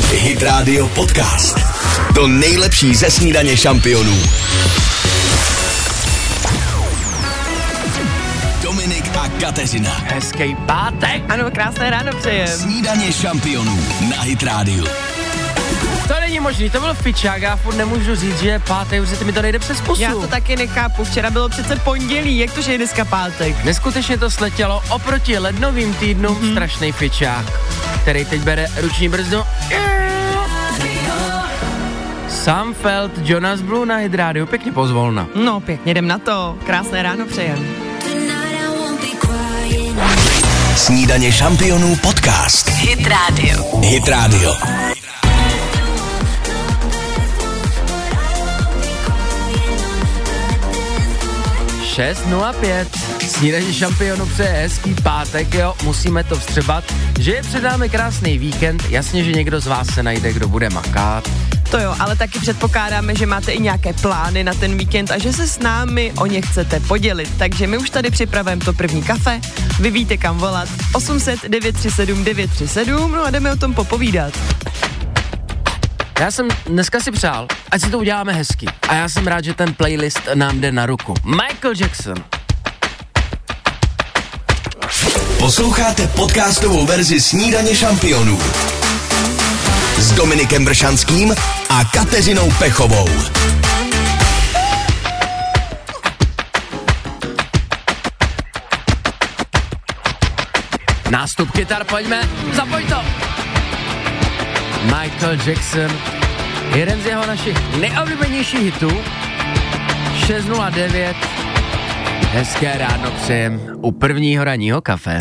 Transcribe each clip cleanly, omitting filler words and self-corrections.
Hit Radio Podcast. To nejlepší ze snídaně šampionů. Dominik a Kateřina. Hezký pátek. Ano, krásné ráno přejem. Snídaně šampionů na Hit Radio. To není možný, to byl fičák, já furt nemůžu říct, že je pátek, že mi to nejde přes pusu. Já to taky nechápu, včera bylo přece pondělí, jak to, že je dneska pátek? Neskutečně to sletělo oproti lednovým týdnům strašný fičák, který teď bere ruční brzdu. Sam Feld, Jonas Blue na Hit Radio, pěkně pozvolna. No, pěkně, jdem na to, krásné ráno přejem. Snídaně šampionů podcast. Hit Radio. Hit Radio. (6:05). Snídaně šampionů přeje hezký pátek, jo, musíme to vstřebat, že je před námi krásný víkend, jasně, že někdo z vás se najde, kdo bude makat. To jo, ale taky předpokládáme, že máte i nějaké plány na ten víkend a že se s námi o ně chcete podělit. Takže my už tady připravujeme to první kafe, vy víte kam volat, 800 937 937, no a jdeme o tom popovídat. Já jsem dneska si přál, ať si to uděláme hezky. A já jsem rád, že ten playlist nám jde na ruku. Michael Jackson. Posloucháte podcastovou verzi Snídaně šampionů s Dominikem Bršanským a Kateřinou Pechovou. Nástup kytar, pojďme, zapoj to. Michael Jackson, jeden z jeho našich nejoblíbenějších hitů, 6:09, hezké ráno přejem u prvního ranního kafe.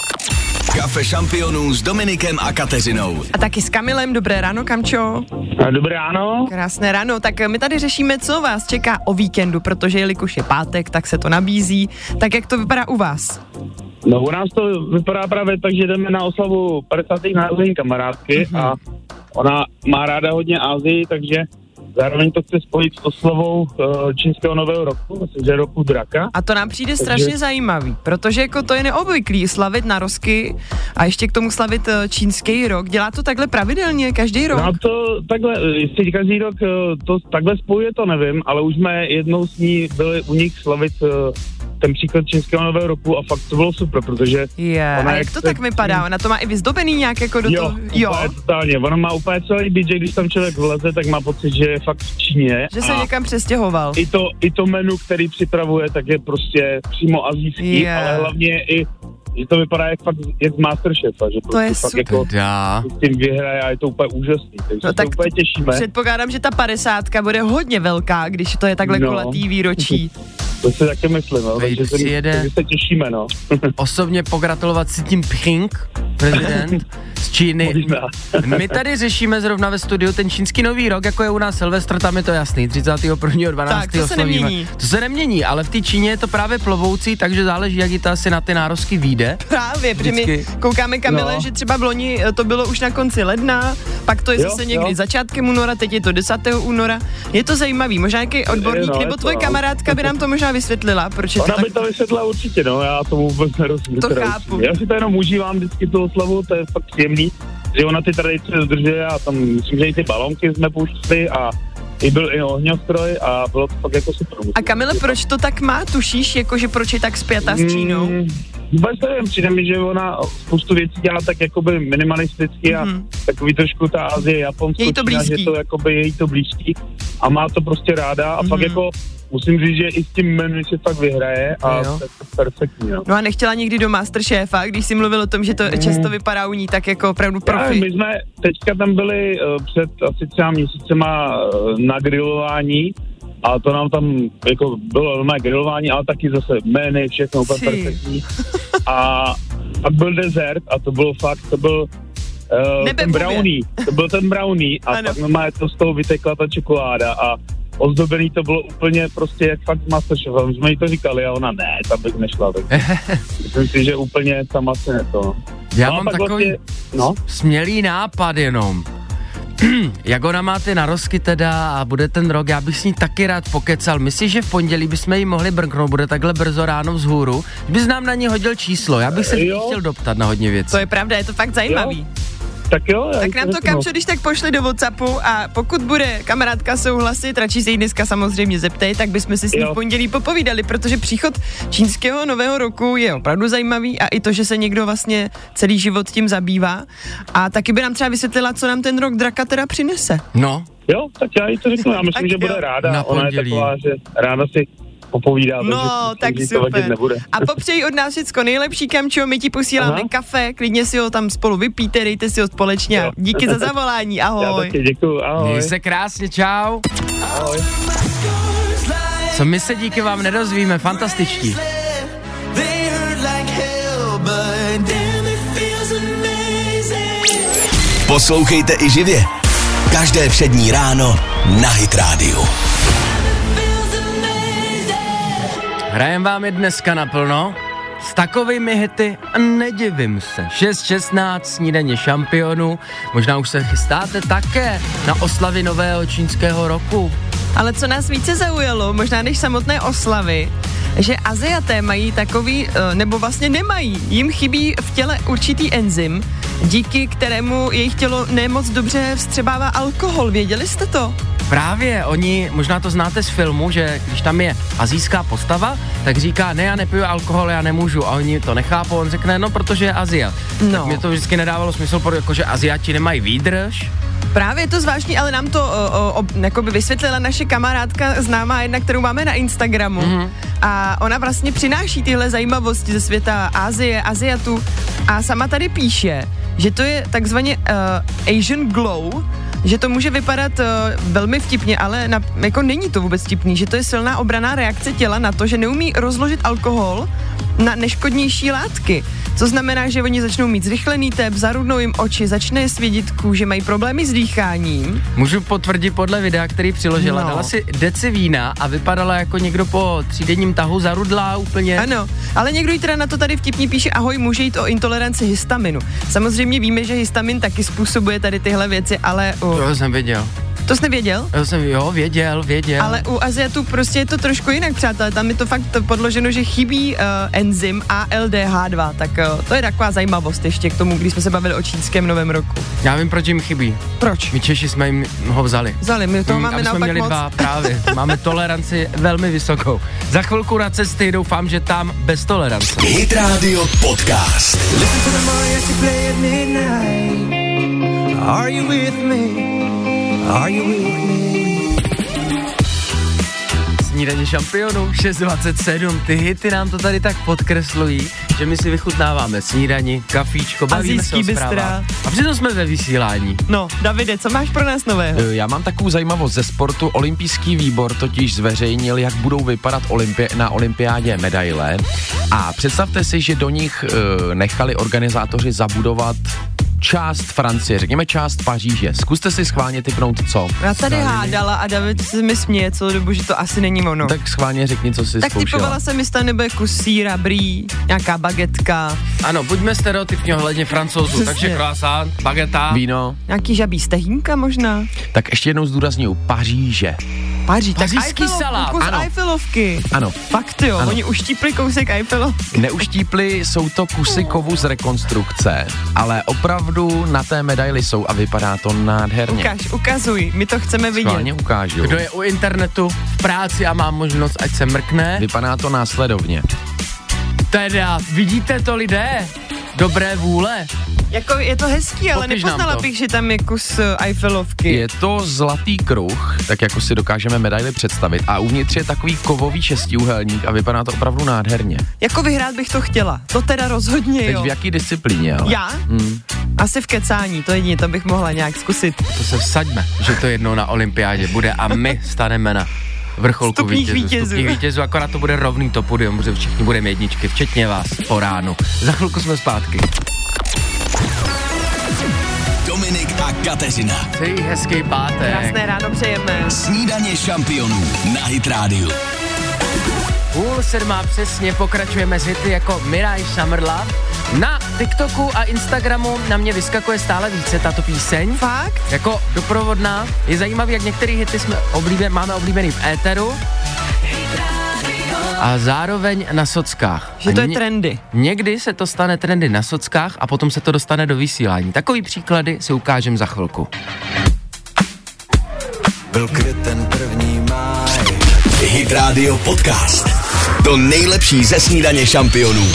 Kafe šampionů s Dominikem a Kateřinou. A taky s Kamilem, dobré ráno, Kamčo. Dobré ráno. Krásné ráno, tak my tady řešíme, co vás čeká o víkendu, protože jelikož je pátek, tak se to nabízí. Tak jak to vypadá u vás? No u nás to vypadá právě tak, že jdeme na oslavu 50. narozenin kamarádky a ona má ráda hodně Asii, takže zároveň to chce spojit s oslavou čínského nového roku, myslím, že roku draka. A to nám přijde strašně zajímavý, protože jako to je neobvyklý slavit narozky a ještě k tomu slavit čínský rok. Dělá to takhle pravidelně každý rok? No to takhle, jestli každý rok to takhle spojuje, to nevím, ale už jsme jednou s ní byli u nich slavit ten příklad čínského nového roku a fakt to bylo super, protože... A jak to tak vypadá? Ona to má i vyzdobený nějak jako do toho? Jo, totálně. Ona má úplně celý byt, že když tam člověk vleze, tak má pocit, že je fakt v Číně. Že se někam přestěhoval. I to menu, který připravuje, tak je prostě přímo asijský, ale hlavně i že to vypadá jak z Masterchefa, že to je fakt super. jako s tím vyhraje a je to úplně úžasný, takže no, se tak úplně těšíme. Předpokládám, že ta 50 bude hodně velká, když to je takhle kulatý výročí. To si taky myslím, no, takže se těšíme, no. Osobně pogratulovat si tím Pching, prezident z Číny. My tady řešíme zrovna ve studiu ten čínský nový rok, jako je u nás Silvestr, tam je to jasný, 31.12. Tak, to se nemění. To se nemění, ale v té Číně je to právě plovoucí, takže záleží, jak jí to asi na ty nározky vyjde. Právě, protože my koukáme, Kamile, že třeba v loni to bylo už na konci ledna, pak to je zase někdy začátkem února, teď je to 10. února. Je to zajímavý, možná nějaký odborník, nebo tvoje kamarádka by nám to možná vysvětlila, proč je to Ona by to vysvětlila určitě, no, já tomu vůbec nerozumím. To chápu. Já si to jenom užívám vždycky tu oslavu, to je fakt příjemný, že ona ty tradice dodržuje a tam myslím, že i ty balonky jsme pouštěli a byl i ohňostroj a bylo to fakt jako super. A Kamile, proč to tak má, tušíš, jakože proč je tak spjatá s Čínou? Vůbec nevím, přijde mi, že ona spoustu věcí dělá tak jakoby minimalisticky a takový trošku ta Asie, Japonsko, Čína, že to jakoby je jí to blízký a má to prostě ráda a fakt jako musím říct, že i s tím menu se fakt vyhraje a to je perfektní. No a nechtěla někdy do Masterchefa, když jsi mluvil o tom, že to často vypadá u ní tak jako opravdu profi. My jsme teďka tam byli před asi 3 měsícema na grilování a to nám tam jako bylo normální grilování, ale taky zase menu, všechno úplně perfektní. A pak byl dezert a to bylo fakt, to byl ten brownie. To byl ten brownie a pak normálně to z toho vytekla ta čokoláda a ozdobený to bylo úplně prostě jak fakt z Masterchefa. My jsme jí to říkali a ona ne, tam bych nešla. Tak. Myslím si, že úplně tam asi ne to. Já mám takový smělý nápad jenom. Jak ona má ty narozky teda a bude ten rok, já bych s ní taky rád pokecal. Myslíš, že v pondělí bychom jí mohli brnknout, bude takhle brzo ráno vzhůru? Bys nám na ní hodil číslo, já bych se chtěl doptat na hodně věcí. To je pravda, je to fakt zajímavý. Tak jo. Tak nám to Kamčo, když tak pošle do WhatsAppu a pokud bude kamarádka souhlasit, radši se jí dneska samozřejmě zeptej, tak bychom si s ní v pondělí popovídali, protože příchod čínského nového roku je opravdu zajímavý a i to, že se někdo vlastně celý život tím zabývá. A taky by nám třeba vysvětlila, co nám ten rok draka teda přinese. No. Jo, tak já jí to řeknu, já myslím, že bude ráda. Ona je taková, že ráda si popovídá. No, tak super. A popřeji od nás všecko nejlepší, Kamčo, my ti posíláme kafe, klidně si ho tam spolu vypijte, dejte si ho společně. Jo. Díky za zavolání, ahoj. Já taky děkuju, ahoj. Měj se krásně, čau. Ahoj. Co my se díky vám nedozvíme, fantastičtí. Poslouchejte i živě. Každé všední ráno na Hit Radio. Hrajem vám je dneska naplno s takovými hity a nedivím se. 6.16, snídaně šampionů. Možná už se chystáte také na oslavy nového čínského roku. Ale co nás více zaujalo, možná než samotné oslavy, že Aziaté mají takový, nebo vlastně nemají, jim chybí v těle určitý enzym, díky kterému jejich tělo nemoc dobře vstřebává alkohol. Věděli jste to? Právě, oni, možná to znáte z filmu, že když tam je asijská postava, tak říká, ne, já nepiju alkohol, já nemůžu. A oni to nechápou, on řekne, no, protože je Azia. No. Tak mě to vždycky nedávalo smysl, protože Aziati nemají výdrž. Právě je to zvláštní, ale nám to jakoby vysvětlila naše kamarádka známá jedna, kterou máme na Instagramu. Mm-hmm. A ona vlastně přináší tyhle zajímavosti ze světa Asie, Aziatů. A sama tady píše, že to je takzvaně Asian glow, že to může vypadat velmi vtipně, ale jako není to vůbec vtipný, že to je silná obranná reakce těla na to, že neumí rozložit alkohol na neškodnější látky. Co znamená, že oni začnou mít zrychlený tep, zarudnou jim oči, začne je svědit kůži, mají problémy s dýcháním. Můžu potvrdit podle videa, který přiložila. Dala si deci vína a vypadala jako někdo po 3denním tahu, zarudlá úplně. Ano, ale někdo jí teda na to tady vtipně píše, ahoj, může jít o intoleranci histaminu. Samozřejmě víme, že histamin taky způsobuje tady tyhle věci, ale... To jsem věděl. To jsi nevěděl? Věděl. Ale u Aziatů prostě je to trošku jinak, přátelé. Tam je to fakt podloženo, že chybí enzym ALDH2, tak to je taková zajímavost ještě k tomu, když jsme se bavili o čínském novém roku. Já vím, proč jim chybí. Proč? My Češi jsme jim ho vzali. My toho máme naopak měli moc. Dva, právě. Máme toleranci velmi vysokou. Za chvilku na cesty doufám, že tam bez tolerance. Hit Radio Podcast. Are you with me? Are you with me? Snídaně šampionů 6.27. Ty hity nám to tady tak podkreslují, že my si vychutnáváme snídani, kafíčko, bavíme se o zprávách. A přitom jsme ve vysílání. No, Davide, co máš pro nás nového? Já mám takovou zajímavost ze sportu. Olympijský výbor totiž zveřejnil, jak budou vypadat na olympiádě medaile. A představte si, že do nich nechali organizátoři zabudovat část Francie, řekněme část Paříže. Zkuste si schválně tipnout, co? Já tady hádala a David se mi směje celou dobu, že to asi není ono. Tak schválně řekni, co jsi tak zkoušela. Tak typovala jsem, jestli nebo kus síra, brý, nějaká bagetka. Ano, buďme stereotypně ohledně Francouzů, takže croissant, bageta. Víno. Nějaký žabí stehínka možná. Tak ještě jednou zdůrazňuju, Paříže. Pařížský salát. Kus Eiffelovky. Ano. Fakt jo, oni uštípli kousek Eiffelovky. Neuštípli, jsou to kusy kovu z rekonstrukce, ale opravdu na té medaili jsou a vypadá to nádherně. Ukazuj, my to chceme vidět. Schválně ukážu. Kdo je u internetu v práci a má možnost, ať se mrkne. Vypadá to následovně. Teda, vidíte to, lidé? Dobré vůle. Jako je to hezký, ale Popiš nepoznala bych, že tam je kus Eiffelovky. Je to zlatý kruh, tak jako si dokážeme medaili představit. A uvnitř je takový kovový šestiúhelník a vypadá to opravdu nádherně. Jako vyhrát bych to chtěla. To teda rozhodně. Teď jo. v jaký disciplíně, ale? Já? Asi v kecání, to jedině, to bych mohla nějak zkusit. To se vsaďme, že to jednou na olympiádě bude a my staneme na vrcholku vítězů, akorát to bude rovný to podium, protože všichni budeme jedničky, včetně vás po ránu. Za chvilku jsme zpátky. Dominik a Kateřina. Přeji hezký pátek. Krásné ráno přejeme. Snídaně šampionů na Hit Radio. 6:30 přesně, pokračujeme s hity jako Mirai Summer Love. Na TikToku a Instagramu na mě vyskakuje stále více tato píseň. Fakt? Jako doprovodná. Je zajímavý, jak některé hity máme oblíbený v éteru. a zároveň na sockách. Že to je trendy. Někdy se to stane trendy na sockách a potom se to dostane do vysílání. Takový příklady si ukážem za chvilku. Byl květen 1. máj. Hit Radio Podcast. To nejlepší ze snídaně šampionů.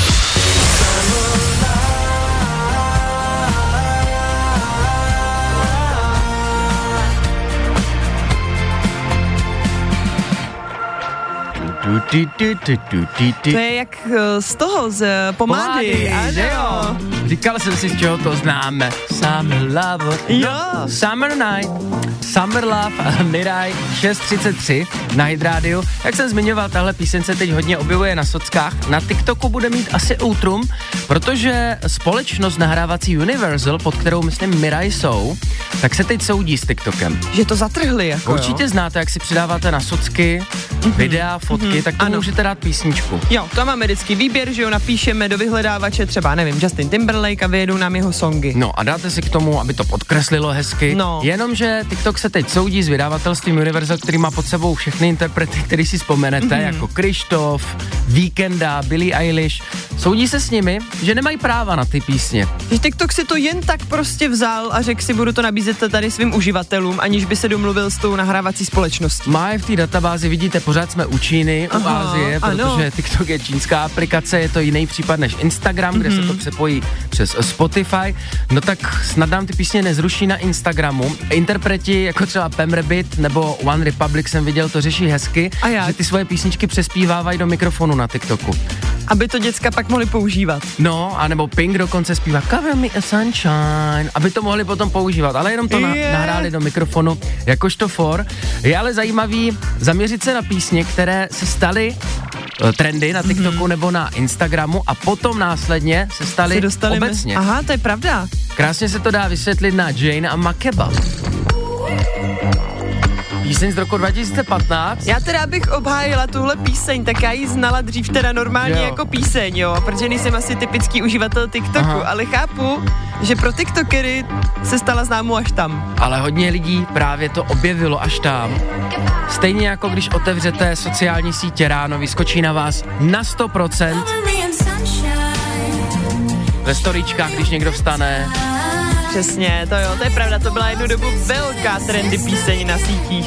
To je jak z toho, z pomády. Ano. Říkal jsem si, z čeho to známe. Summer Love. Jo. Summer Night. Summer Love a Mirai 6:33 na Hit Radio. Jak jsem zmiňoval, tahle píseň se teď hodně objevuje na sockách. Na TikToku bude mít asi útrum, protože společnost nahrávací Universal, pod kterou myslím Mirai jsou, tak se teď soudí s TikTokem. Že to zatrhli, jako Určitě znáte, jak si přidáváte na socky, videa, fotky, tak to můžete dát písničku. Jo, to máme vždycky výběr, že jo, napíšeme do vyhledávače třeba, nevím, Justin Timberlake a vyjedou nám jeho songy. No a dáte si k tomu, aby to podkreslilo hezky. No. Jenomže TikTok se teď soudí s vydavatelstvím Universal, který má pod sebou všechny interprety, který si vzpomenete, jako Krištof, Weekenda, Billie Eilish. Soudí se s nimi, že nemají práva na ty písně. Že TikTok si to jen tak prostě vzal a řekl si, budu to nabízet tady svým uživatelům, aniž by se domluvil s tou nahrávací společností. Má je v té databázi, vidíte, pořád jsme u Číny, u Ázie, protože TikTok je čínská aplikace, je to jiný případ než Instagram, kde se to přepojí přes Spotify. No tak snad nám ty písně nezruší na Instagramu. Interpreti jako třeba Pam Rabbit nebo One Republic jsem viděl, to řeší hezky, že ty svoje písničky přespívávají do mikrofonu na TikToku. Aby to děcka pak mohli používat. No, anebo Pink dokonce zpívá Cover me a sunshine, aby to mohli potom používat, ale jenom to nahráli do mikrofonu jakožto for. Je ale zajímavý zaměřit se na písně, které se staly trendy na TikToku nebo na Instagramu a potom následně se staly obecně. Aha, to je pravda. Krásně se to dá vysvětlit na Jane a Makeba. Píseň z roku 2015. Já teda bych obhájila tuhle píseň, tak já ji znala dřív teda normálně jako píseň, jo, protože nejsem asi typický uživatel TikToku, ale chápu, že pro TikTokery se stala známou až tam. Ale hodně lidí právě to objevilo až tam. Stejně jako když otevřete sociální sítě ráno, vyskočí na vás na 100%. Ve storíčkách, když někdo vstane. Přesně, to je pravda, to byla jednu dobu velká trendy píseň na sítích.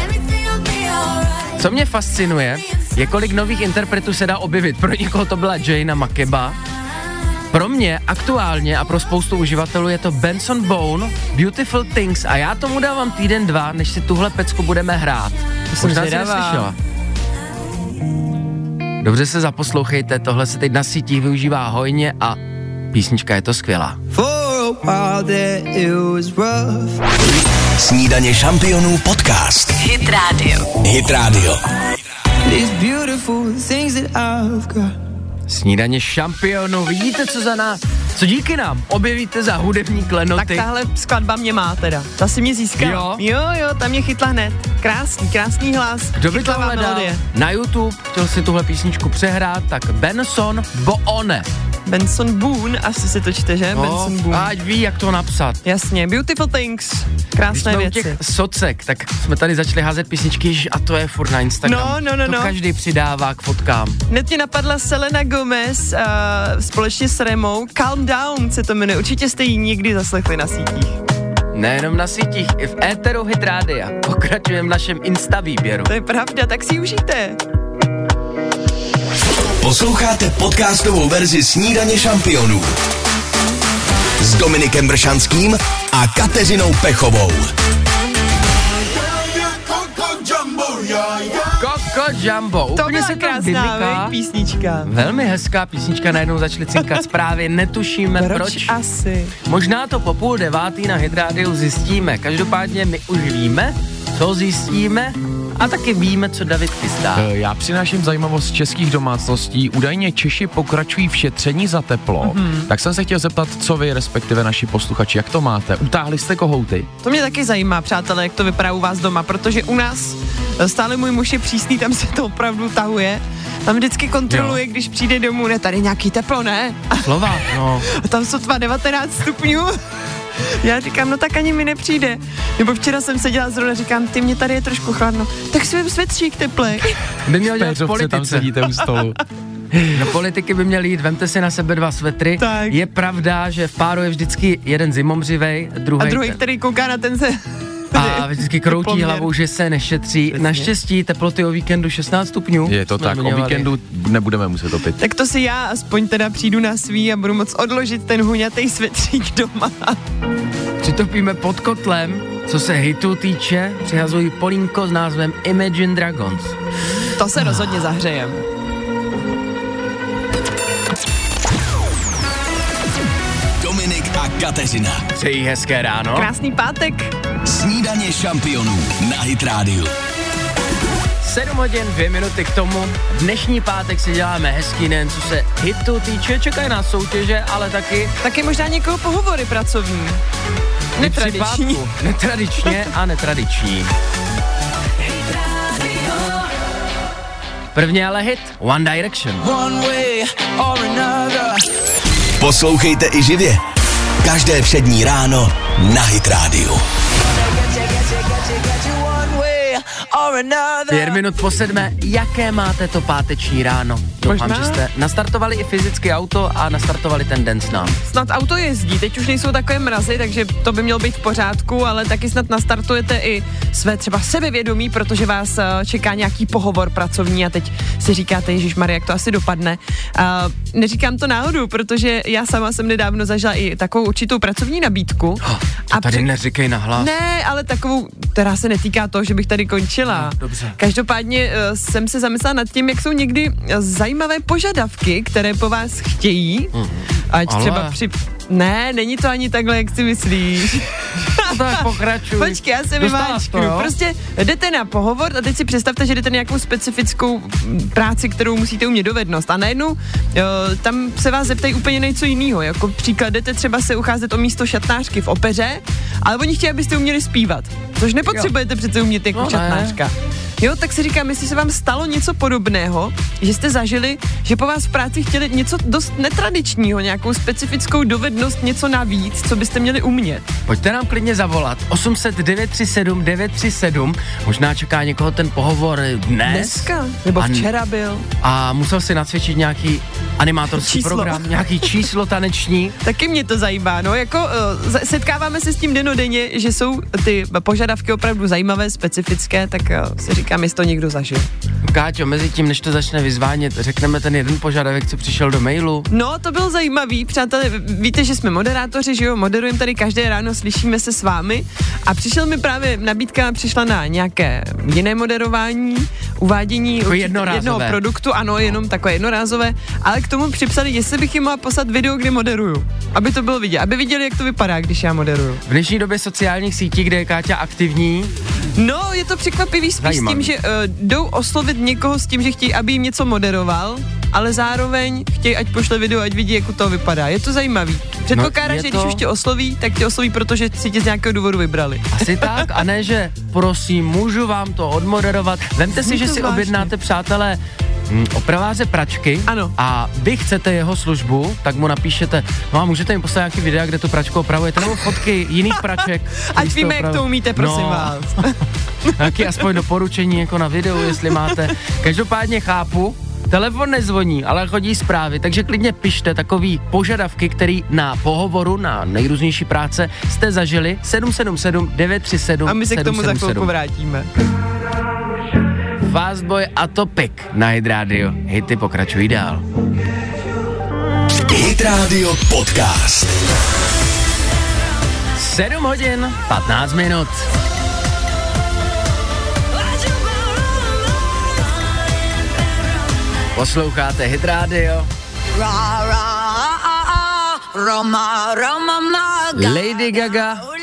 Co mě fascinuje, je kolik nových interpretů se dá objevit. Pro někoho to byla Jane a Makeba. Pro mě aktuálně a pro spoustu uživatelů je to Benson Boone, Beautiful Things a já tomu dávám týden, 2, než si tuhle pecku budeme hrát. Možná si neslyšela. Dobře se zaposlouchejte, tohle se teď na sítích využívá hojně a písnička je to skvělá. Snídaně šampionů podcast. Hit Radio. Hit Radio. Snídaně šampionů, vidíte, co za nás, co díky nám objevíte za hudební klenoty. Tak tahle skladba mě má teda, ta si mě získala. Jo, ta mě chytla hned. Krásný hlas. Kdo by to hledal na YouTube, chtěl si tuhle písničku přehrát, tak Benson Boone. Benson Boone, asi se to čte, že? Benson Boone. Ať ví, jak to napsat. Jasně, Beautiful Things, krásné věci. Když jsme u těch socek, tak jsme tady začali házet písničky a to je furt na Instagram. No. To každý přidává k fotkám. Hned mě napadla Selena Gomez společně s Remou. Calm Down se to jmenuje, určitě jste ji někdy zaslechli na sítích. Nejenom na sítích, i v éteru Hit Rádia. Pokračujeme v našem Insta výběru. To je pravda, tak si užijte. Posloucháte podcastovou verzi Snídaně šampionů s Dominikem Bršanským a Kateřinou Pechovou. Coco Jumbo, to úplně se krásná písnička. Velmi hezká písnička, najednou začaly cinkat zprávy, netušíme proč. Asi. Možná to po 8:30 na Hit Rádiu zjistíme, každopádně my už víme, co zjistíme a taky víme, co David chystá. Já přináším zajímavost z českých domácností. Údajně Češi pokračují v šetření za teplo. Tak jsem se chtěl zeptat, co vy, respektive naši posluchači, jak to máte? Utáhli jste kohouty? To mě taky zajímá, přátelé, jak to vypadá u vás doma, protože u nás stále můj muž je přísný, tam se to opravdu tahuje. Tam vždycky kontroluje, když přijde domů, ne, tady nějaký teplo, ne? Slova, no. A tam sotva 19 stupňů. Já říkám, no tak ani mi nepřijde. Nebo včera jsem seděla zrovna, říkám, ty, mě tady je trošku chladno. Tak si vem svetřík teplej. By měl dělat v politice. Tam sedíte u stolu. Do politiky by měl jít, vemte si na sebe 2 svetry. Tak. Je pravda, že v páru je vždycky jeden zimomřivej, druhý, který kouká na ten se... A vždycky kroutí hlavou, že se nešetří. Naštěstí teploty o víkendu 16 stupňů. Je to tak, o víkendu nebudeme muset topit. Tak to si já aspoň teda přijdu na svý a budu moc odložit ten huňatej svetřík doma. Přitopíme pod kotlem, co se hitu týče, přihazují polínko s názvem Imagine Dragons. To se rozhodně zahřejem. Dominik a Kateřina. Přeji hezké ráno. Krásný pátek. Snídaně šampionů na Hit Radio. 7 hodin, 2 minuty k tomu. Dnešní pátek si děláme hezký, nejen co se hitu týče, čekají nás soutěže, ale taky možná někoho pohovory pracovní. Netradiční. Netradičně a netradiční. První ale hit One Direction. Poslouchejte i živě. Každé všední ráno na Hit Radio. 5 minut po 7. Jaké máte to páteční ráno? Doufám, že jste nastartovali i fyzicky auto a nastartovali ten den s námi. Snad auto jezdí, teď už nejsou takové mrazy, takže to by mělo být v pořádku, ale taky snad nastartujete i své třeba sebevědomí, protože vás čeká nějaký pohovor pracovní a teď si říkáte, ježišmarja, jak to asi dopadne. Neříkám to náhodou, protože já sama jsem nedávno zažila i takovou určitou pracovní nabídku. To tady neříkej nahlas. Ne, ale takovou, která se netýká toho, že bych tady končila. Dobře. Každopádně jsem se zamyslela nad tím, jak jsou někdy zajímavé požadavky, které po vás chtějí. Ať ale... třeba Ne, není to ani takhle, jak si myslíš. Tak pokračuj. Počkej, já se vymáčknu. Prostě jdete na pohovor a teď si představte, že jdete na nějakou specifickou práci, kterou musíte umět dovednost. A najednou tam se vás zeptají úplně něco jiného. Jako příklad, jdete třeba se ucházet o místo šatnářky v opeře, ale oni chtějí, abyste uměli zpívat. Což nepotřebujete přece umět jako šatnářka. Jo, tak si říkám, jestli se vám stalo něco podobného, že jste zažili, že po vás v práci chtěli něco dost netradičního, nějakou specifickou dovednost, něco navíc, co byste měli umět. Pojďte nám klidně zavolat. 800 937 937. Možná čeká někoho ten pohovor dneska, nebo včera byl. A musel si nacvičit nějaký animátorský program, nějaký číslo taneční. Taky mě to zajímá, no, jako setkáváme se s tím denodenně, že jsou ty požadavky opravdu zajímavé, specifické, tak si říkám, jestli to někdo zažil. Káťo, mezi tím, než to začne vyzvánět, řekneme ten jeden požadavek, co přišel do mailu. No, to byl zajímavý, přátelé, víte, že jsme moderátoři, že jo, moderujeme tady každé ráno, slyšíme se s vámi a přišel mi právě nabídka, přišla na nějaké jiné moderování, uvádění jednoho produktu, ano, jenom takové jednorázové, ale k tomu připsali, jestli bych jim mohla poslat video, kde moderuju, aby to bylo vidět, aby viděli, jak to vypadá, když já moderuju. V dnešní době sociálních sítí, kde je Káťa aktivní. No, je to překvapivý spíš s tím, že jdou oslovit někoho s tím, že chtějí, aby jim něco moderoval, ale zároveň chtějí, ať pošle video, ať vidí, jak to vypadá. Je to zajímavý. Předpokládá, že když už tě osloví, tak tě osloví, protože si tě z nějakého důvodu vybrali. Asi tak, a ne, že prosím, můžu vám to odmoderovat. Vemte si, že si objednáte, přátelé, opraváře pračky. Ano. A vy chcete jeho službu, tak mu napíšete, no a můžete mi poslat nějaký videa, kde tu pračku opravujete, nebo fotky jiných praček. Ať víme, jak to umíte, prosím vás. Nějaký aspoň doporučení jako na videu, jestli máte. Každopádně chápu, telefon nezvoní, ale chodí zprávy, takže klidně pište takový požadavky, který na pohovoru, na nejrůznější práce jste zažili. 777 937 a my se k tomu za chvilku vrátíme. Fastboy a Topic na Hit Radio. Hity pokračují dál. Hit Radio Podcast. 7 hodin, 15 minut. Posloucháte Hit Radio. Lady Gaga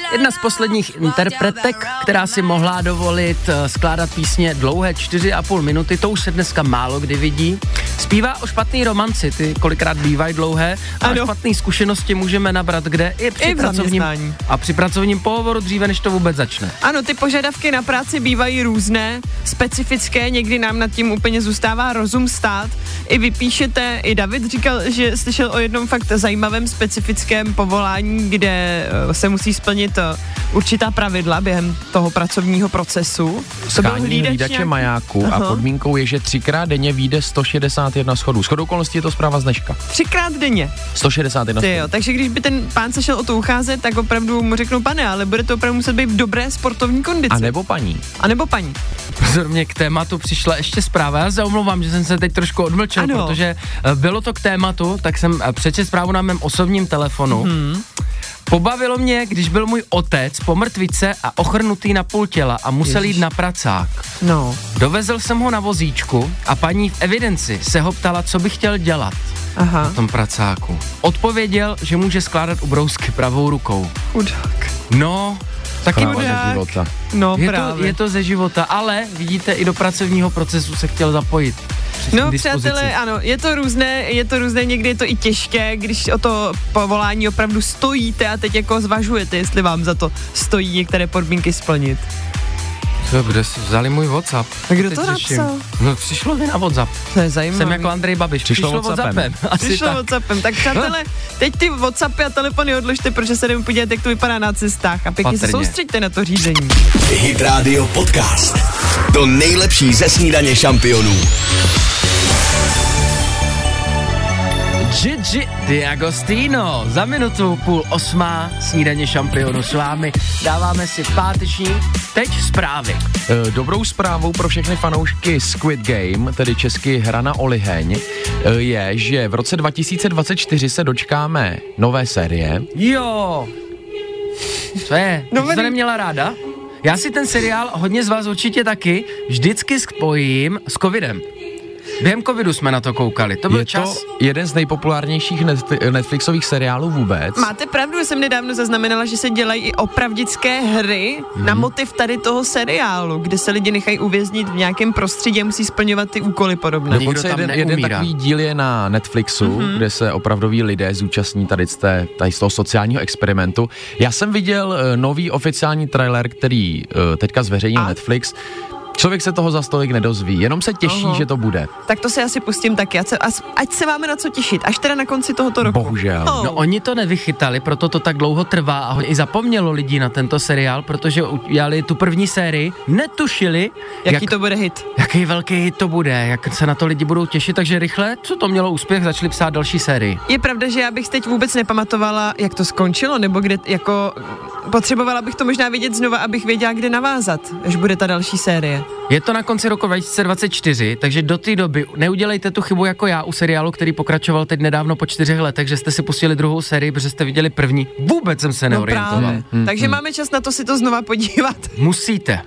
jedna z posledních interpretek, která si mohla dovolit skládat písně dlouhé 4,5 minuty, to už se dneska málo kdy vidí. Zpívá o špatný romanci, ty kolikrát bývají dlouhé, a špatné zkušenosti můžeme nabrat kde? I při pracovním pohovoru dříve, než to vůbec začne. Ano, ty požadavky na práci bývají různé, specifické, někdy nám nad tím úplně zůstává rozum stát. I vy píšete, i David říkal, že slyšel o jednom fakt zajímavém specifickém povolání, kde se musí splnit určitá pravidla během toho pracovního procesu. Shánění hlídače majáku a podmínkou je, že 3krát denně vyjde 161 schodů. Shodou okolností je to zpráva z dneška. 3krát denně. 161 schodů. Jo, takže když by ten pán se šel o to ucházet, tak opravdu mu řeknou, pane, ale bude to opravdu muset být v dobré sportovní kondici. A nebo paní. Pozor, mě k tématu přišla ještě zpráva. Já se omlouvám, že jsem se teď trošku odmlčel, protože bylo to k tématu, tak jsem přečetl zprávu na mém osobním telefonu. Pobavilo mě, když byl můj otec po mrtvice a ochrnutý na půl těla a musel jít na pracák. No. Dovezl jsem ho na vozíčku a paní v evidenci se ho ptala, co by chtěl dělat na tom pracáku. Odpověděl, že může skládat ubrousky pravou rukou. Chudák. No, taky života. No, je to ze života, ale vidíte, i do pracovního procesu se chtěl zapojit. No, přátelé, ano, je to různé, někdy je to i těžké, když o to povolání opravdu stojíte a teď jako zvažujete, jestli vám za to stojí některé podmínky splnit. Co, kde si vzali můj WhatsApp? A kdo to napsal? No, přišlo mi na WhatsApp. To je zajímavé. Jsem jako Andrej Babiš. Přišlo WhatsAppem. Tak přátelé, teď ty WhatsAppy a telefony odložte, protože se jdeme podívat, jak to vypadá na cestách a pěkně se soustřeďte na to řízení. Hit Radio Podcast. To nejlepší ze snídaně šampionů. Gigi D'Agostino. Za minutu 7:30 snídaně šampionu s vámi. Dáváme si páteční. Teď zprávy. Dobrou zprávou pro všechny fanoušky Squid Game, tedy česky Hra na oliheň, je, že v roce 2024 se dočkáme nové série. Jo. Co je? Ty jsi to neměla ráda? Já si ten seriál, hodně z vás určitě taky, vždycky spojím s covidem. Během covidu jsme na to koukali, to byl čas. To jeden z nejpopulárnějších Netflixových seriálů vůbec. Máte pravdu, jsem nedávno zaznamenala, že se dělají i opravdické hry na motiv tady toho seriálu, kde se lidi nechají uvěznit v nějakém prostředí a musí splňovat ty úkoly podobné. Dokonce jeden takový díl je na Netflixu, kde se opravdoví lidé zúčastní tady z toho sociálního experimentu. Já jsem viděl nový oficiální trailer, který teďka zveřejnil Netflix. Člověk se toho za stolik nedozví, jenom se těší, že to bude. Tak to si asi pustím taky, ať se máme na co těšit, až teda na konci tohoto roku. Bohužel. No oni to nevychytali, proto to tak dlouho trvá a i zapomnělo lidí na tento seriál, protože udělali tu první sérii, netušili, jaký to bude hit. Jaký velký hit to bude, jak se na to lidi budou těšit, takže rychle, co to mělo úspěch, začali psát další sérii. Je pravda, že já bych teď vůbec nepamatovala, jak to skončilo, nebo kde, jako potřebovala bych to možná vidět znova, abych věděla, kde navázat, až bude ta další série. Je to na konci roku 2024, takže do té doby neudělejte tu chybu jako já u seriálu, který pokračoval teď nedávno po 4 letech, že jste si pustili druhou sérii, protože jste viděli první. Vůbec jsem se neorientoval. Takže máme čas na to si to znova podívat. Musíte.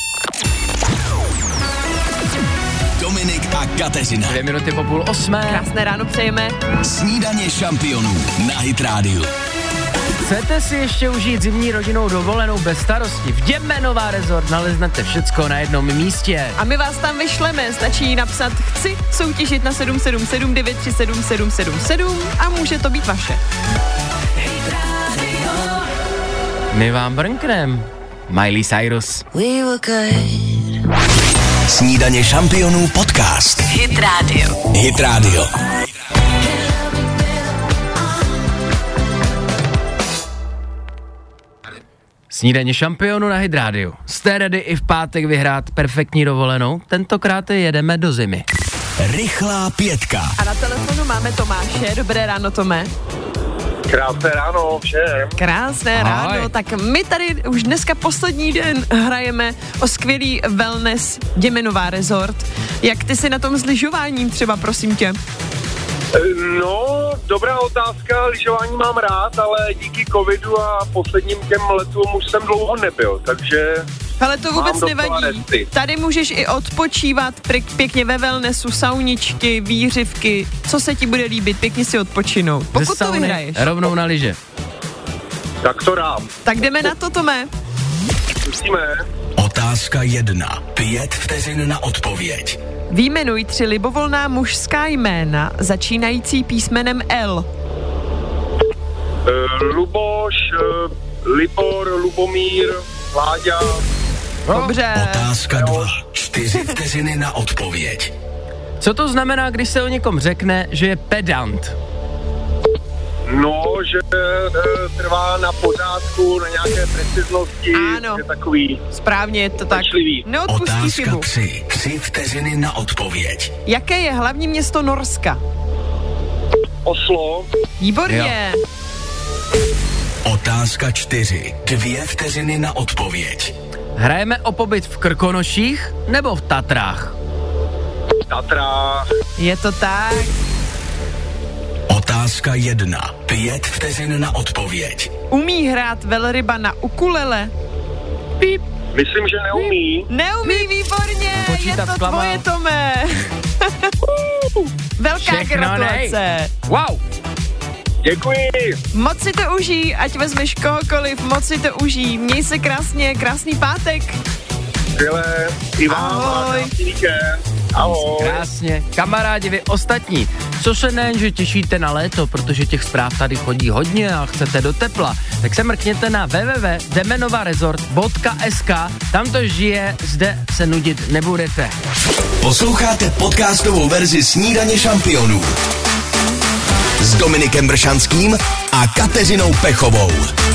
Dominik a Kateřina. 2 minuty po 7:30. Krásné ráno přejeme. Snídaně šampionů na Hit Radio. Chcete si ještě užít zimní rodinnou dovolenou bez starosti? V Děmenová Resort naleznete všecko na jednom místě. A my vás tam vyšleme, stačí napsat chci soutěžit na 777 937 777 a může to být vaše. My vám brnknem. Miley Cyrus. Snídaně šampionů podcast. Hit Radio. Hit Radio. Snídaně šampionu na Hit Radio. Jste ready i v pátek vyhrát perfektní dovolenou? Tentokrát jedeme do zimy. Rychlá pětka. A na telefonu máme Tomáše. Dobré ráno, Tome. Krásné ráno všem. Krásné ráno. Tak my tady už dneska poslední den hrajeme o skvělý wellness Děmenová Resort. Jak ty si na tom s lyžováním třeba, prosím tě? No, dobrá otázka, lyžování mám rád, ale díky covidu a posledním těm letům už jsem dlouho nebyl, takže... Ale to vůbec nevadí. Tady můžeš i odpočívat pěkně ve wellnessu, sauničky, výřivky, co se ti bude líbit, pěkně si odpočinout. Pokud to vyhraješ. Rovnou na lyže. Tak to dám. Tak jdeme na to, Tome. Musíme. Otázka 1. 5 vteřin na odpověď. Vyjmenuj 3 libovolná mužská jména začínající písmenem L. Luboš, Libor, Lubomír, Láďa. Dobře. Otázka 2. 4 vteřiny na odpověď. Co to znamená, když se o někom řekne, že je pedant? No, že trvá na pořádku, na nějaké preciznosti. Ano. Je takový... Správně je to tak. Pečlivý. Neodpustí Otázka chybu. 3. 3 vteřiny na odpověď. Jaké je hlavní město Norska? Oslo. Výborně. Otázka 4. 2 vteřiny na odpověď. Hrajeme o pobyt v Krkonoších nebo v Tatrách? Tatra. Je to tak. Otázka 1. 5 vteřin na odpověď. Umí hrát velryba na ukulele? Píp. Myslím, že neumí. Neumí, výborně. Je Počítat to zklamal. tvoje, Tome. Velká Všechno gratulace. Wow. Děkuji. Moc si to užij, ať vezmeš kohokoliv, moc si to užij. Měj se krásně, krásný pátek. Skvělé. I vám. Ahoj. Krásný víkend. Ahoj. Krásně. Kamarádi, vy ostatní, co se nejen, že těšíte na léto, protože těch zpráv tady chodí hodně a chcete do tepla, tak se mrkněte na www.demenovarezort.sk, tam to žije, zde se nudit nebudete. Posloucháte podcastovou verzi Snídaně šampionů s Dominikem Bršanským a Kateřinou Pechovou.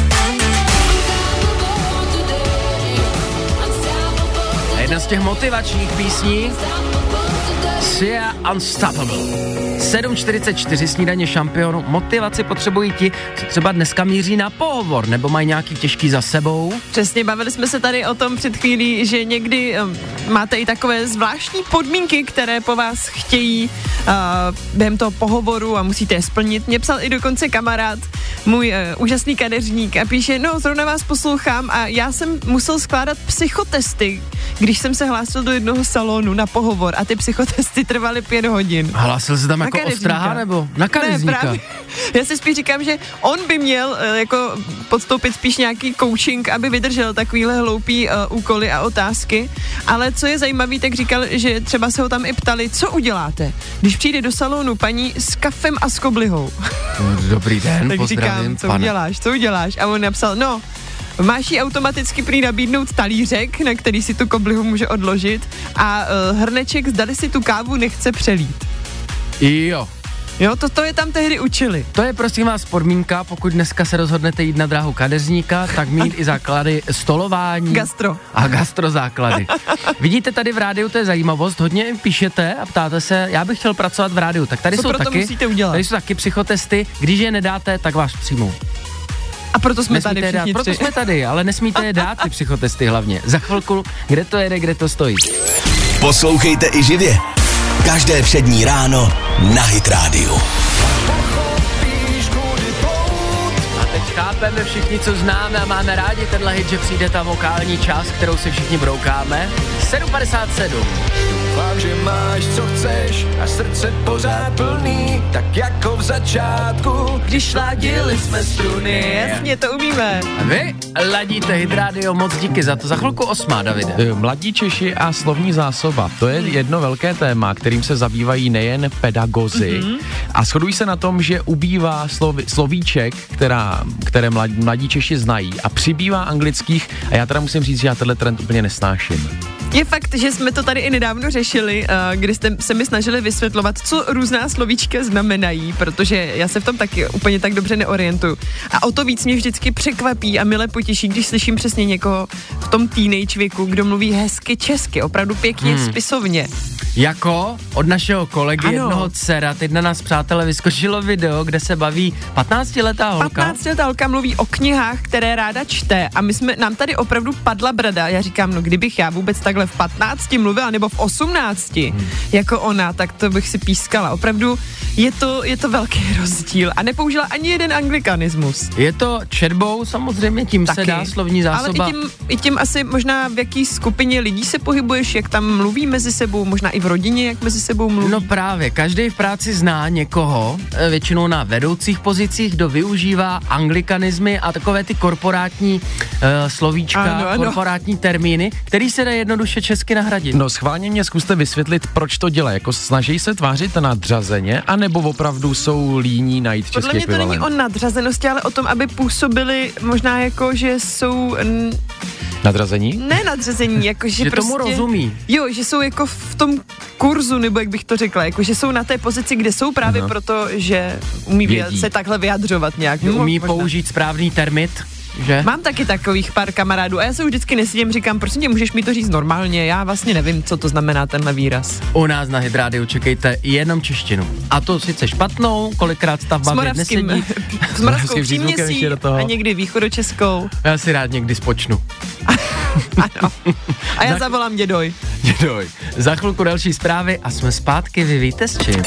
A jedna z těch motivačních písní Sia Unstoppable. 7:44 Snídaně šampionu. Motivaci potřebují ti, co třeba dneska míří na pohovor, nebo mají nějaký těžký za sebou. Přesně, bavili jsme se tady o tom před chvílí, že někdy máte i takové zvláštní podmínky, které po vás chtějí během toho pohovoru a musíte je splnit. Mě psal i dokonce kamarád, můj úžasný kadeřník, a píše, no zrovna vás poslouchám a já jsem musel skládat psychotesty, když jsem se hlásil do jednoho salonu na pohovor a ty psychotesty trvaly 5 hodin. Hlásil se tam jako ostraha nebo na kadeřníka? Ne, právě. Já si spíš říkám, že on by měl jako podstoupit spíš nějaký coaching, aby vydržel takovýhle hloupý úkoly a otázky, ale co je zajímavý, tak říkal, že třeba se ho tam i ptali, co uděláte, když přijde do salonu paní s kafem a s koblihou. Dobrý den, Tak pozdravím, říkám, co uděláš? A on napsal, no, máš jí automaticky prý nabídnout talířek, na který si tu koblihu může odložit a hrneček, zdali si tu kávu nechce přelít. Jo. Jo, to je tam tehdy učili. To je prosím vás podmínka, pokud dneska se rozhodnete jít na dráhu kadeřníka, tak mít i základy stolování. Gastro. A gastrozáklady. Vidíte tady v rádiu, to je zajímavost, hodně jim píšete a ptáte se, já bych chtěl pracovat v rádiu, tak tady Co jsou proto taky, musíte udělat? tady jsou taky psychotesty, když je nedáte, tak vás přijmou. A proto jsme Nesmíte tady je dát, všichni proto tři. jsme tady, ale nesmíte je dát, ty psychotesty hlavně. Za chvilku, kde to jede, kde to stojí. Poslouchejte i živě. Každé přední ráno na Hit Radio. A teď chápeme všichni, co známe a máme rádi tenhle hit, že přijde ta vokální část, kterou si všichni broukáme. 7:57. Doufám, že máš, co chceš a srdce pořád plný, tak jako v začátku, když ladili jsme struny. Jasně, to umíme. A vy ladíte Hit Radio, moc díky za to. Za chvilku 8, Davide. Mladí Češi a slovní zásoba, to je jedno velké téma, kterým se zabývají nejen pedagozy a shodují se na tom, že ubývá slovíček, které mladí Češi znají a přibývá anglických a já teda musím říct, že já tenhle trend úplně nesnáším. Je fakt, že jsme to tady i nedávno řešili, kdy jste se mi snažili vysvětlovat, co různá slovíčka znamenají, protože já se v tom taky úplně tak dobře neorientuju. A o to víc mě vždycky překvapí a mile potěší, když slyším přesně někoho v tom teenage věku, kdo mluví hezky česky, opravdu pěkně, spisovně. Jako od našeho kolegy, Ano. jednoho dcera, teď na nás, přátelé, vyskočilo video, kde se baví 15letá holka. 15letá holka mluví o knihách, které ráda čte a nám tady opravdu padla brada. Já říkám, no kdybych já vůbec takhle takhle v 15 mluvila, nebo v 18, jako ona, tak to bych si pískala. Opravdu je to velký rozdíl a nepoužila ani jeden anglikanismus. Je to četbou, samozřejmě tím taky se dá slovní zásoba. Ale i tím asi možná v jaký skupině lidí se pohybuješ, jak tam mluví mezi sebou, možná i v rodině, jak mezi sebou mluví. No právě, každý v práci zná někoho, většinou na vedoucích pozicích, kdo využívá anglikanismy a takové ty korporátní slovíčka, ano. Korporátní termíny, který se dá jednoduše česky nahradit. No schválně mě zkuste vysvětlit, proč to dělají, jako snaží se tvářit nadřazeně, anebo opravdu jsou líní najít český ekvivalent? Podle mě to není o nadřazenosti, ale o tom, aby působili možná jako, že jsou... Nadřazení? Ne nadřazení, jakože že prostě... tomu rozumí. Jo, že jsou jako v tom kurzu, nebo jak bych to řekla, jako že jsou na té pozici, kde jsou právě proto, že umí se takhle vyjadřovat nějak. Umí použít správný termit. Že? Mám taky takových pár kamarádů a já se už vždycky nesidím, říkám, prosím tě, můžeš mi to říct normálně, já vlastně nevím, co to znamená tenhle výraz. U nás na Hit Radio čekejte jenom češtinu. A to sice špatnou, kolikrát ta v bavě nesedí. S moravskou příměsí a někdy východočeskou. Já si rád někdy spočnu. Ano. A já zavolám dědoj. Dědoj. Za chvilku další zprávy a jsme zpátky, vy víte s čím.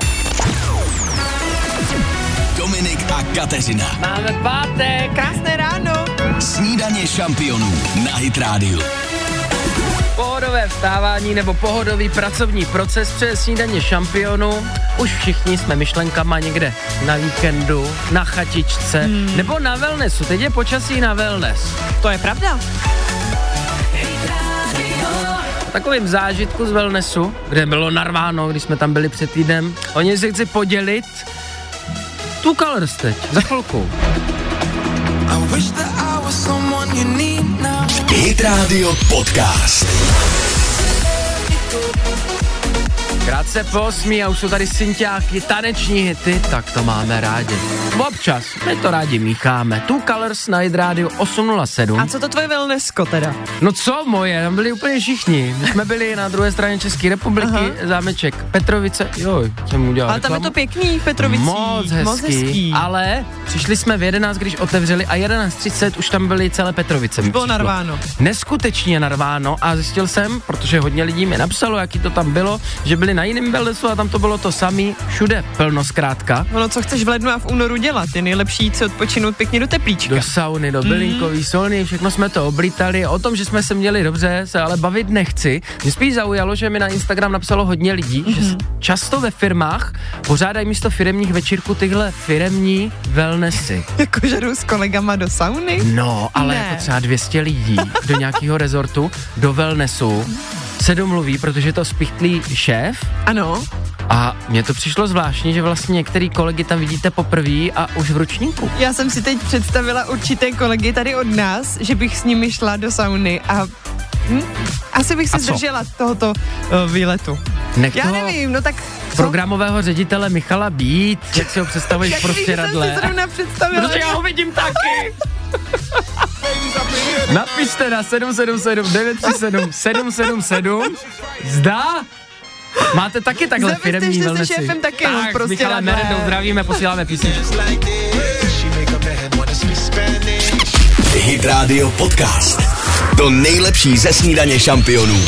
Dominik a Kateřina. Máme pátek. Krásné ráno. Snídaně šampionů na Hit Radio. Pohodové vstávání nebo pohodový pracovní proces přes snídaně šampionů. Už všichni jsme myšlenkama někde na víkendu, na chatičce nebo na wellnessu. Teď je počasí na wellness. To je pravda. Takovým zážitku z wellnessu, kde bylo narváno, když jsme tam byli před týdnem. O něj se chci podělit. Tu Colors teď, za chvilku. Hit Radio Podcast. Krátce po 8 a už jsou tady synťáky, taneční hity, tak to máme rádi. Občas, my to rádi mícháme. Tu Colors na Hit Radio 807. A co to tvoje wellnessko teda? No co moje, tam byli úplně všichni. My jsme byli na druhé straně České republiky, zámeček Petrovice, joj, jsem udělal ale tam je to pěkný v Petrovicích. Moc hezký, ale přišli jsme v 11, když otevřeli a 11:30 už tam byly celé Petrovice. Bylo narváno. Neskutečně narváno a zjistil jsem, protože hodně lidí mi napsalo, jaký to tam bylo, že byli na jiném wellnessu a tam to bylo to samý, všude plno zkrátka. No co chceš v lednu a v únoru dělat, je nejlepší jít se odpočinout pěkně do teplíčka. Do sauny, do bylinkový solny, všechno jsme to oblítali, o tom, že jsme se měli dobře, se ale bavit nechci. Mě spíš zaujalo, že mi na Instagram napsalo hodně lidí, že často ve firmách pořádají místo firemních večírků tyhle firemní wellnessy. Jako že jdu s kolegama do sauny? No, ale jako třeba 200 lidí do nějakého rezortu, do wellnessu se domluví, protože to spichlý šéf. Ano. A mně to přišlo zvláštní, že vlastně některý kolegy tam vidíte poprvé a už v ručníku. Já jsem si teď představila určité kolegy tady od nás, že bych s nimi šla do sauny a asi bych se zdržela tohoto výletu. Já nevím, no tak... Programového ředitele Michala Být, jak si ho představuješ v prostěradle. Jak jsem si zrovna představila. Protože já ho vidím taky. Napište na 777 937 777. Zda máte taky takhle firemní wellnessy. Se šéfem taky tak, s Michalem Merendou zdravíme, posíláme písničku. Hit Radio Podcast. To nejlepší ze snídaně šampionů.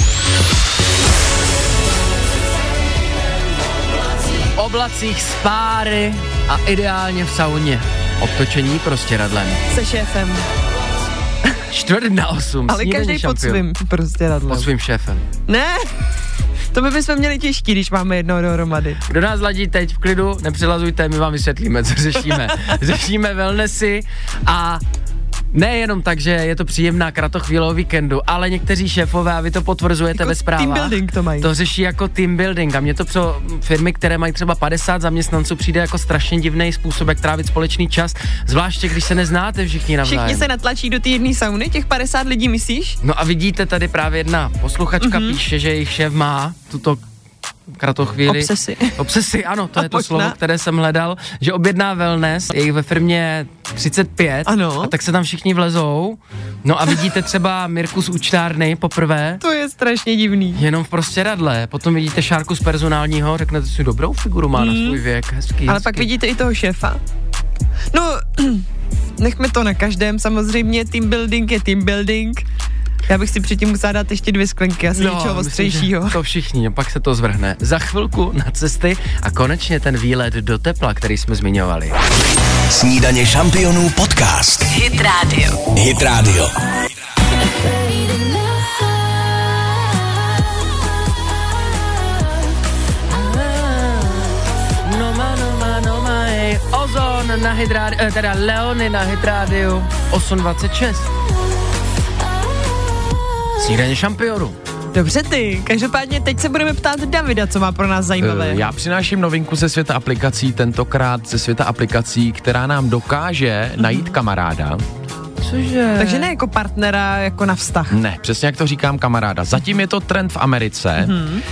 V oblacích z páry a ideálně v sauně. Obtočení prostěradlem. Se šéfem. 7:45. Ale každý pod svým prostěradlem. Pod svým šéfem. Ne, to by bychom měli těžký, když máme jednoho dohromady. Kdo nás ladí teď v klidu, nepřilazujte, my vám vysvětlíme, co řešíme. Řešíme wellnessy a nejenom tak, že je to příjemná kratochvíle o víkendu, ale někteří šéfové, a vy to potvrzujete jako ve zprávách, team building to mají. To řeší jako team building a mně to pro firmy, které mají třeba 50 zaměstnanců, přijde jako strašně divný způsob, jak trávit společný čas, zvláště když se neznáte všichni navzájem. Všichni se natlačí do té jedné sauny, těch 50 lidí, myslíš? No a vidíte tady právě jedna posluchačka píše, že jejich šéf má tuto kratochvíli. Obsesy, ano, to je to slovo, které jsem hledal, že objedná wellness, je jich ve firmě 35, ano. A tak se tam všichni vlezou, no a vidíte třeba Mirku z účtárny poprvé. To je strašně divný. Jenom v prostěradle, potom vidíte Šárku z personálního, řeknete si, dobrou figuru má na svůj věk, hezký. Ale pak vidíte i toho šéfa. No, nechme to na každém, samozřejmě team building je team building. Já bych si předtím musela dát ještě 2 sklenky, asi něčeho ostřejšího. To všichni, pak se to zvrhne. Za chvilku na cesty a konečně ten výlet do tepla, který jsme zmiňovali. Snídaně šampionů podcast. Hit Radio. Hit Radio. Ozon na Hit Radio, teda Leony na Hit Radio 8.26. Snídaně šampionů. Dobře ty, každopádně teď se budeme ptát Davida, co má pro nás zajímavé. Já přináším novinku ze světa aplikací, tentokrát ze světa aplikací, která nám dokáže najít kamaráda. Cože? Takže ne jako partnera, jako na vztah. Ne, přesně jak to říkám, kamaráda. Zatím je to trend v Americe.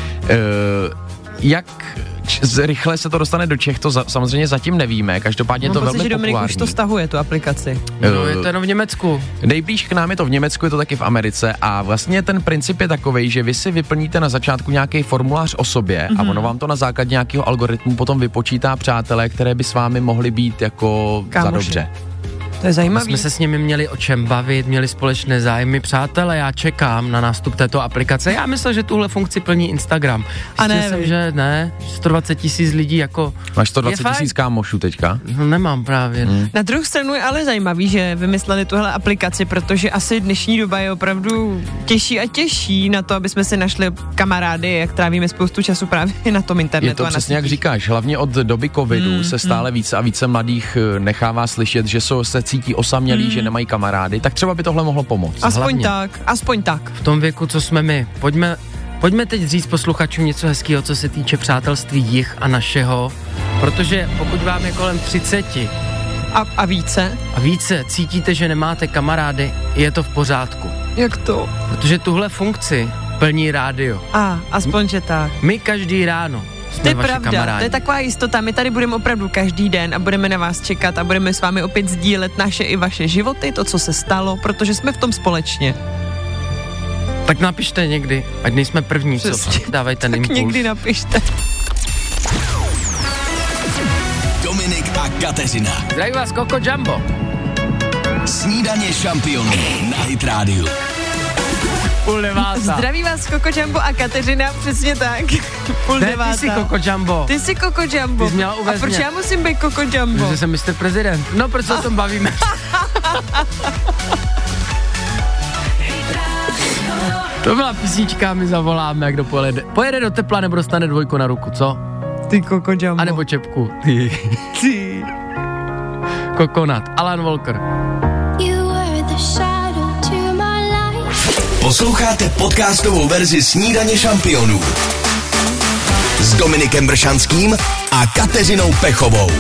Jak rychle se to dostane do Čech, to samozřejmě zatím nevíme, každopádně je to velmi populární. Dominik už to stahuje, tu aplikaci. No, je to jenom v Německu. Nejblíž k nám je to v Německu, je to taky v Americe a vlastně ten princip je takovej, že vy si vyplníte na začátku nějaký formulář o sobě a ono vám to na základě nějakého algoritmu potom vypočítá přátelé, které by s vámi mohly být jako kámoši. za dobře. To je zajímavé. Jsme se s nimi měli o čem bavit, měli společné zájmy. Přátelé, já čekám na nástup této aplikace. Já myslel, že tuhle funkci plní Instagram. Zjistil jsem, že ne, 120 000 lidí jako... Máš 120 000 kámošů teďka? No nemám právě. Na druhou stranu je ale zajímavý, že vymysleli tuhle aplikaci, protože asi dnešní doba je opravdu těžší a těžší na to, aby jsme si našli kamarády, jak trávíme spoustu času právě na tom internetu. Je to přesně jak říkáš, hlavně od doby covidu se stále více a více mladých nechává slyšet, že se cítí osamělí, že nemají kamarády, tak třeba by tohle mohlo pomoct. Aspoň tak. V tom věku, co jsme my, pojďme teď říct posluchačům něco hezkého, co se týče přátelství jich a našeho, protože pokud vám je kolem 30 a více cítíte, že nemáte kamarády, je to v pořádku. Jak to? Protože tuhle funkci plní rádio. Aspoň, že tak. My každý ráno jsme to je vaši pravda, kamarádi. to je taková jistota, my tady budeme opravdu každý den a budeme na vás čekat a budeme s vámi opět sdílet naše i vaše životy, to, co se stalo, protože jsme v tom společně. Tak napište někdy, ať nejsme první, Přesně. co dávají ten tak impuls. někdy napište. Dominik a Kateřina. Zdraví vás Coco Jumbo. Snídaně šampionů na Hit Radio. 8:30. Zdraví vás Coco Jumbo a Kateřina, přesně tak. 8:30. Ty jsi Coco Jumbo. Ty jsi Coco Jumbo. Ty jsi měla a uvést proč mě. já musím být Coco Jumbo? Protože jsem Mr. Prezident. No, proč se o tom bavíme? To byla písnička, my zavoláme, jak kdo pojede do tepla nebo dostane 2 na ruku, co? Ty Coco Jumbo. A nebo čepku. Ty. Kokonat. Alan Walker. Posloucháte podcastovou verzi Snídaně šampionů s Dominikem Bršanským a Kateřinou Pechovou.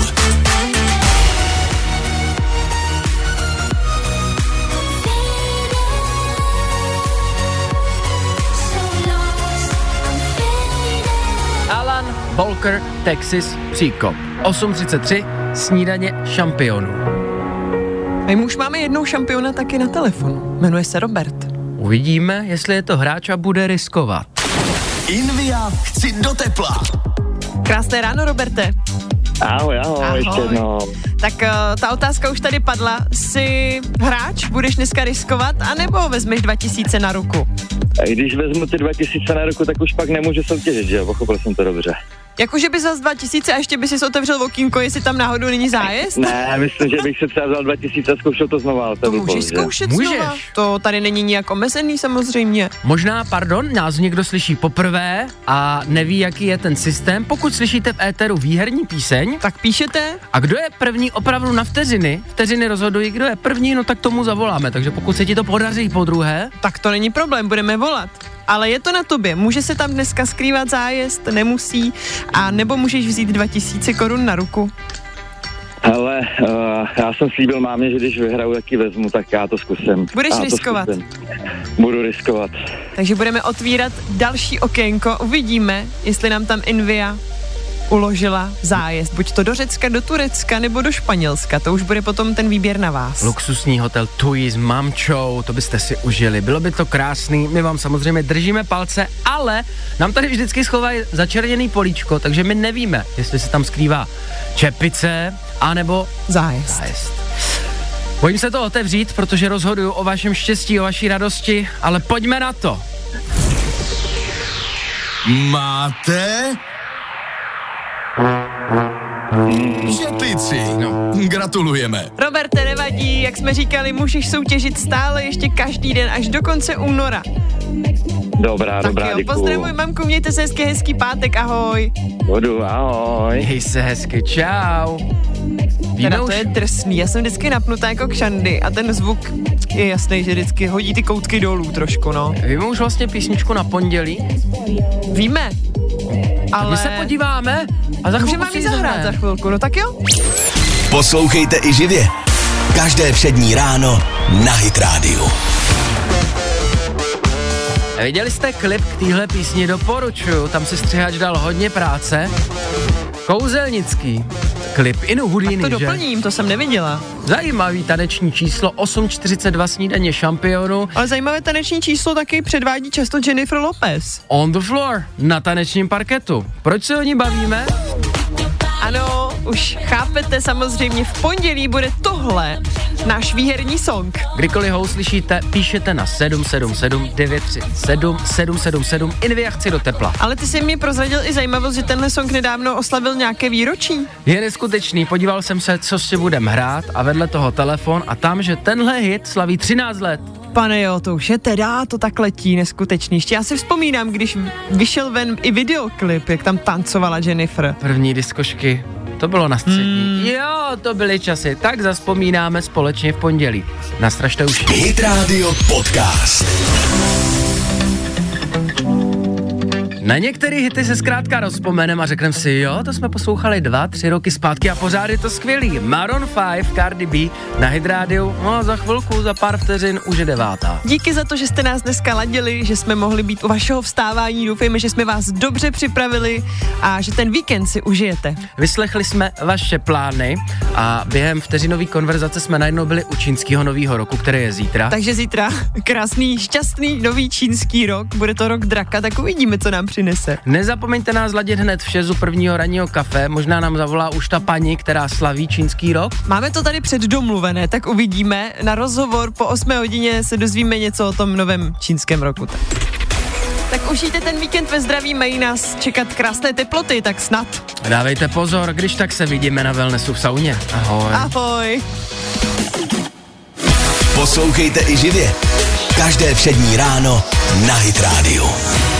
Alan Walker, Texas, Příkop. 8:33, Snídaně šampionů. A my už máme jednou šampiona taky na telefonu. Jmenuje se Robert. Uvidíme, jestli je to hráč a bude riskovat. Invia, chci do tepla. Krásné ráno, Roberte. Ahoj, ještě jednou. Tak ta otázka už tady padla. Jsi hráč, budeš dneska riskovat, anebo vezmeš 2000 na ruku? A když vezmu ty 2000 na ruku, tak už pak nemůžu soutěžit, že jo? Pochopil jsem to dobře. Jakože by zas 2000 a ještě by si otevřel okýnko, jestli tam náhodou není zájezd? Ne, myslím, že bych se třeba vzal 2000 a zkoušel to znova. Ale to můžeš zkoušet Můžeš. znova. To tady není nijak omezený samozřejmě. Možná, nás někdo slyší poprvé a neví, jaký je ten systém. Pokud slyšíte v éteru výherní píseň, tak píšete. A kdo je první opravdu na vteřiny rozhodují, kdo je první, no tak tomu zavoláme. Takže pokud se ti to podaří podruhé, tak to není problém, budeme volat. Ale je to na tobě, může se tam dneska skrývat zájezd, nemusí, a nebo můžeš vzít 2000 korun na ruku. Ale já jsem slíbil mámě, že když vyhraju, taky vezmu, tak já to zkusím. Budeš riskovat? Budu riskovat. Takže budeme otvírat další okénko, uvidíme, jestli nám tam Invia uložila zájezd, buď to do Řecka, do Turecka nebo do Španělska, to už bude potom ten výběr na vás. Luxusní hotel TUI s mamčou, to byste si užili, bylo by to krásný, my vám samozřejmě držíme palce, ale nám tady vždycky schovají začerněný políčko, takže my nevíme, jestli se tam skrývá čepice, anebo zájezd. Bojím se to otevřít, protože rozhoduju o vašem štěstí, o vaší radosti, ale pojďme na to. Máte? Žetlici. No, gratulujeme. Roberte, nevadí, jak jsme říkali, můžeš soutěžit stále ještě každý den až do konce února. Dobrá, děkuju. Pozdravuj mamku, mějte se hezký pátek, ahoj. Budu, ahoj. Měj se hezky, čau. Teda to je drsný, já jsem vždycky napnutá jako kšandy a ten zvuk je jasný, že vždycky hodí ty koutky dolů trošku, no. Víme už vlastně písničku na pondělí? Víme, ale... My se podíváme a za chvilku mám ji zahrát za chvilku, no tak jo. Poslouchejte i živě. Každé všední ráno na Hit Radio. Viděli jste klip k téhle písni? Doporučuju, tam si střihač dal hodně práce. Kouzelnický klip, Inu Houdini, to doplním, to jsem neviděla. Zajímavý taneční číslo, 8:42 snídaně šampionu. Ale zajímavé taneční číslo taky předvádí často Jennifer Lopez. On the floor, na tanečním parketu. Proč se o ní bavíme? Ano, už chápete, samozřejmě v pondělí bude tohle náš výherní song. Kdykoliv ho uslyšíte, píšete na 777 937 777 Invi a chci do tepla. Ale ty jsi mi prozradil i zajímavost, že tenhle song nedávno oslavil nějaké výročí. Je neskutečný, podíval jsem se, co si budem hrát a vedle toho telefon a tam, že tenhle hit slaví 13 let. Pane jo, to už je teda, to tak letí, neskutečný. Ještě já si vzpomínám, když vyšel ven i videoklip, jak tam tancovala Jennifer. První diskošky, to bylo na střední. Jo, to byly časy, tak zazpomínáme společně v pondělí. Nastražte uši. Hit Radio Podcast. Na některé hity se zkrátka rozpomenem a řekneme si, jo, to jsme poslouchali 2-3 roky zpátky a pořád je to skvělý. Maroon 5, Cardi B na Hit Radio, no za chvilku, za pár vteřin už je 9. Díky za to, že jste nás dneska ladili, že jsme mohli být u vašeho vstávání, doufejme, že jsme vás dobře připravili a že ten víkend si užijete. Vyslechli jsme vaše plány a během vteřinové konverzace jsme najednou byli u čínského nového roku, který je zítra. Takže zítra krásný, šťastný nový čínský rok, bude to rok draka, tak uvidíme, co nám přinese. Nezapomeňte nás ladit hned v 6 prvního ranního kafe, možná nám zavolá už ta paní, která slaví čínský rok. Máme to tady předdomluvené, tak uvidíme. Na rozhovor po 8 hodině se dozvíme něco o tom novém čínském roku. Tak užijte ten víkend ve zdraví, mají nás čekat krásné teploty, tak snad. Dávejte pozor, když tak se vidíme na wellnessu v sauně. Ahoj. Ahoj. Poslouchejte i živě. Každé všední ráno na Hit Radio.